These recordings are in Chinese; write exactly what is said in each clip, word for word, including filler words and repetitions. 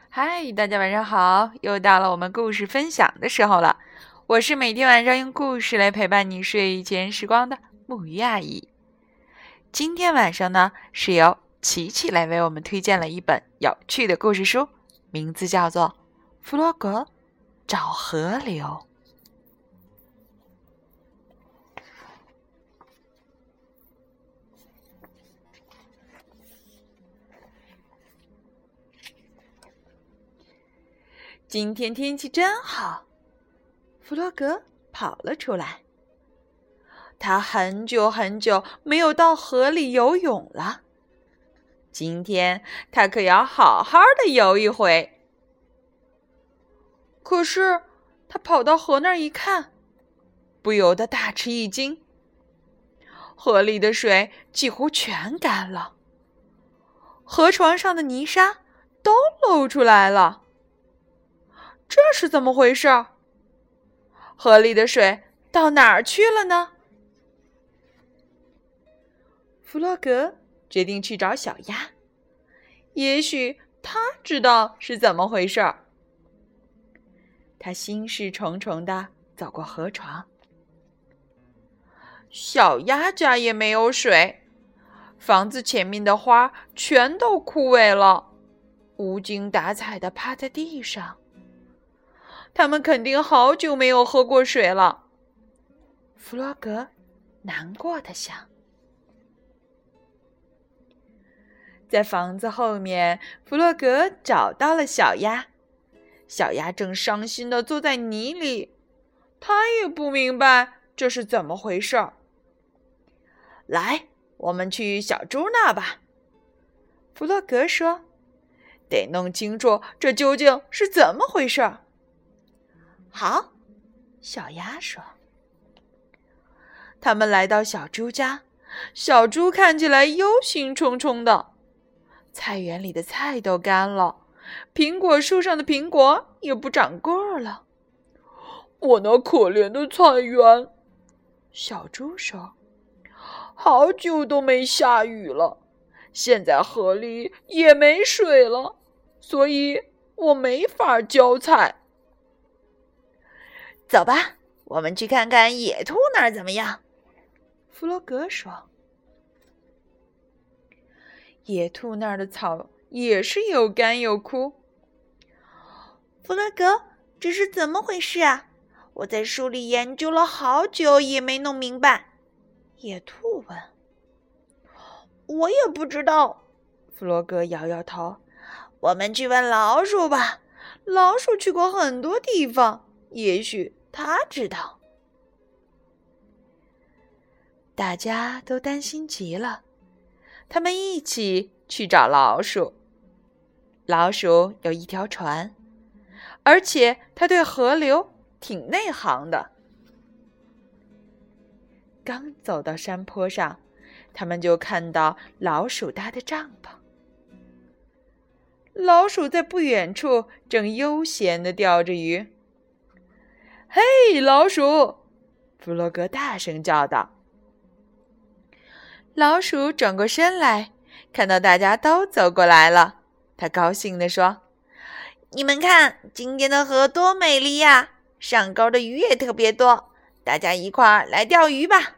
嗨，大家晚上好！又到了我们故事分享的时候了。我是每天晚上用故事来陪伴你睡前时光的木鱼阿姨。今天晚上呢，是由琪琪来为我们推荐了一本有趣的故事书，名字叫做《弗洛格找河流》。今天天气真好，弗洛格跑了出来。他很久很久没有到河里游泳了，今天他可要好好的游一回。可是他跑到河那儿一看，不由得大吃一惊，河里的水几乎全干了，河床上的泥沙都露出来了。这是怎么回事？河里的水到哪儿去了呢？弗洛格决定去找小鸭，也许他知道是怎么回事。他心事重重地走过河床，小鸭家也没有水，房子前面的花全都枯萎了，无精打采地趴在地上。他们肯定好久没有喝过水了，弗洛格难过地想。在房子后面，弗洛格找到了小鸭，小鸭正伤心地坐在泥里，他也不明白这是怎么回事。来，我们去小猪那吧，弗洛格说，得弄清楚这究竟是怎么回事。好，小鸭说。他们来到小猪家，小猪看起来忧心忡忡的。菜园里的菜都干了，苹果树上的苹果也不长个儿了。我那可怜的菜园，小猪说，好久都没下雨了，现在河里也没水了，所以我没法浇菜。走吧，我们去看看野兔那儿怎么样，弗洛格说。野兔那儿的草也是又干又枯。 弗洛格，这是怎么回事啊？我在书里研究了好久也没弄明白。野兔问。我也不知道，弗洛格摇摇头。我们去问老鼠吧，老鼠去过很多地方，也许他知道。 大家都担心极了，他们一起去找老鼠。老鼠有一条船，而且他对河流挺内行的。刚走到山坡上，他们就看到老鼠搭的帐篷。老鼠在不远处正悠闲地钓着鱼。嘿，老鼠！弗洛格大声叫道。老鼠转过身来，看到大家都走过来了，他高兴地说， 你们看，今天的河多美丽呀，上钩的鱼也特别多，大家一块儿来钓鱼吧。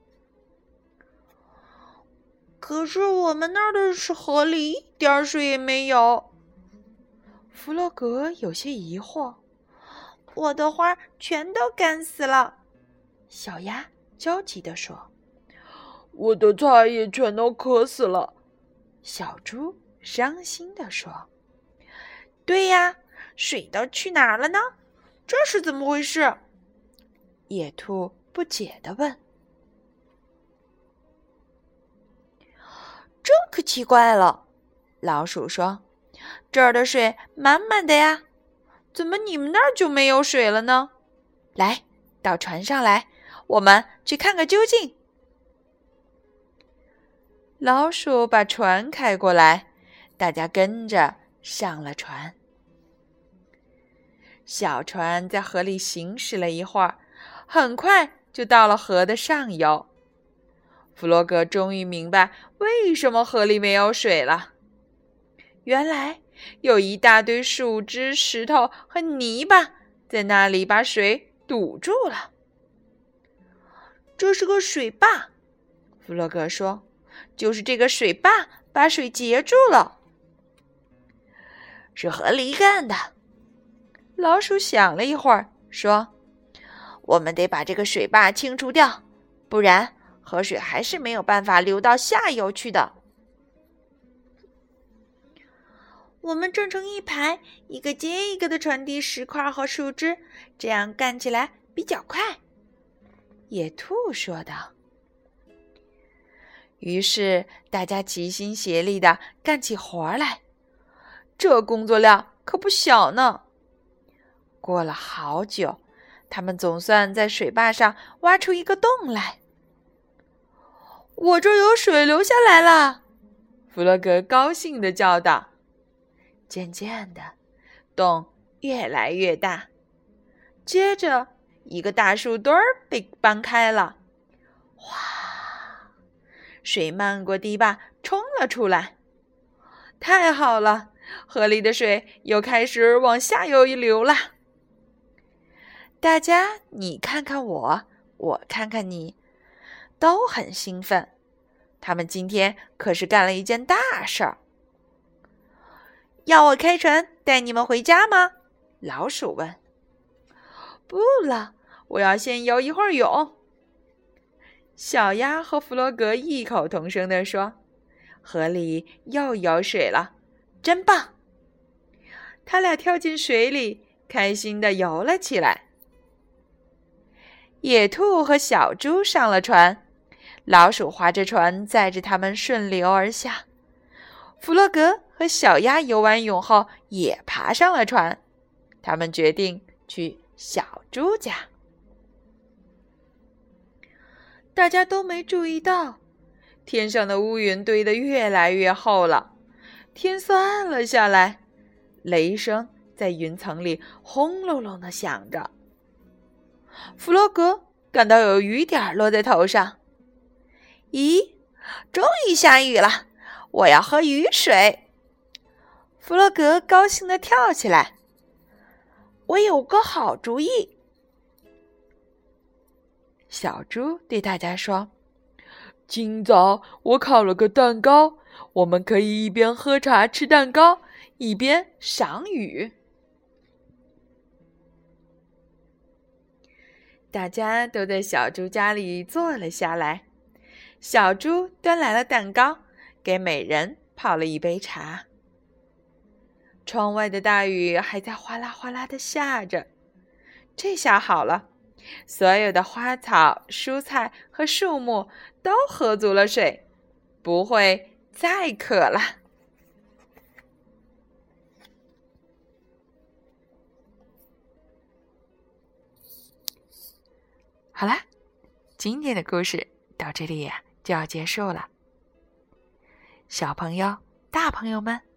可是我们那儿的河里一点水也没有。 弗洛格有些疑惑。 我的花全都干死了， 小鸭焦急地说。 我的菜也全都渴死了， 小猪伤心地说。 对呀，水都去哪儿了呢？这是怎么回事？ 野兔不解地问。 这可奇怪了，老鼠说，这儿的水满满的呀，怎么你们那儿就没有水了呢？ 来，到船上来，我们去看个究竟。老鼠把船开过来，大家跟着上了船。小船在河里行驶了一会儿，很快就到了河的上游。弗洛格终于明白为什么河里没有水了。原来有一大堆树枝、石头和泥巴在那里把水堵住了。 这是个水坝， 弗洛格说，就是这个水坝把水截住了。 是河狸干的。 老鼠想了一会儿，说， 我们得把这个水坝清除掉，不然河水还是没有办法流到下游去的。我们站成一排，一个接一个的传递石块和树枝，这样干起来比较快。 野兔说道。于是大家齐心协力地干起活来，这工作量可不小呢。过了好久，他们总算在水坝上挖出一个洞来。我这儿有水流下来了，弗洛格高兴地叫道。渐渐的，洞越来越大，接着一个大树墩儿被搬开了，哗，水漫过堤坝冲了出来。太好了，河里的水又开始往下游流了。大家你看看我，我看看你，都很兴奋。他们今天可是干了一件大事儿。 要我开船带你们回家吗？ 老鼠问。不了，我要先游一会儿泳。小鸭和弗洛格异口同声地说，河里又有水了，真棒。他俩跳进水里，开心地游了起来。野兔和小猪上了船，老鼠划着船载着他们顺流而下。弗洛格和小鸭游完泳后也爬上了船，他们决定去小猪家。大家都没注意到，天上的乌云堆得越来越厚了，天色暗了下来，雷声在云层里轰隆隆地响着。弗洛格感到有雨点落在头上。 咦，终于下雨了，我要喝雨水。 弗洛格高兴地跳起来。 我有个好主意。 小猪对大家说， 今早我烤了个蛋糕，我们可以一边喝茶吃蛋糕，一边赏雨。 大家都在小猪家里坐了下来，小猪端来了蛋糕，给每人泡了一杯茶。窗外的大雨还在哗啦哗啦地下着，这下好了，所有的花草、蔬菜和树木都喝足了水，不会再渴了。好啦，今天的故事到这里呀就要结束了。小朋友、大朋友们，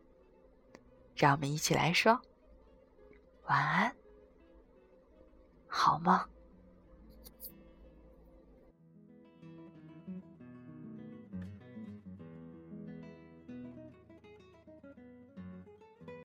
让我们一起来说晚安，好梦。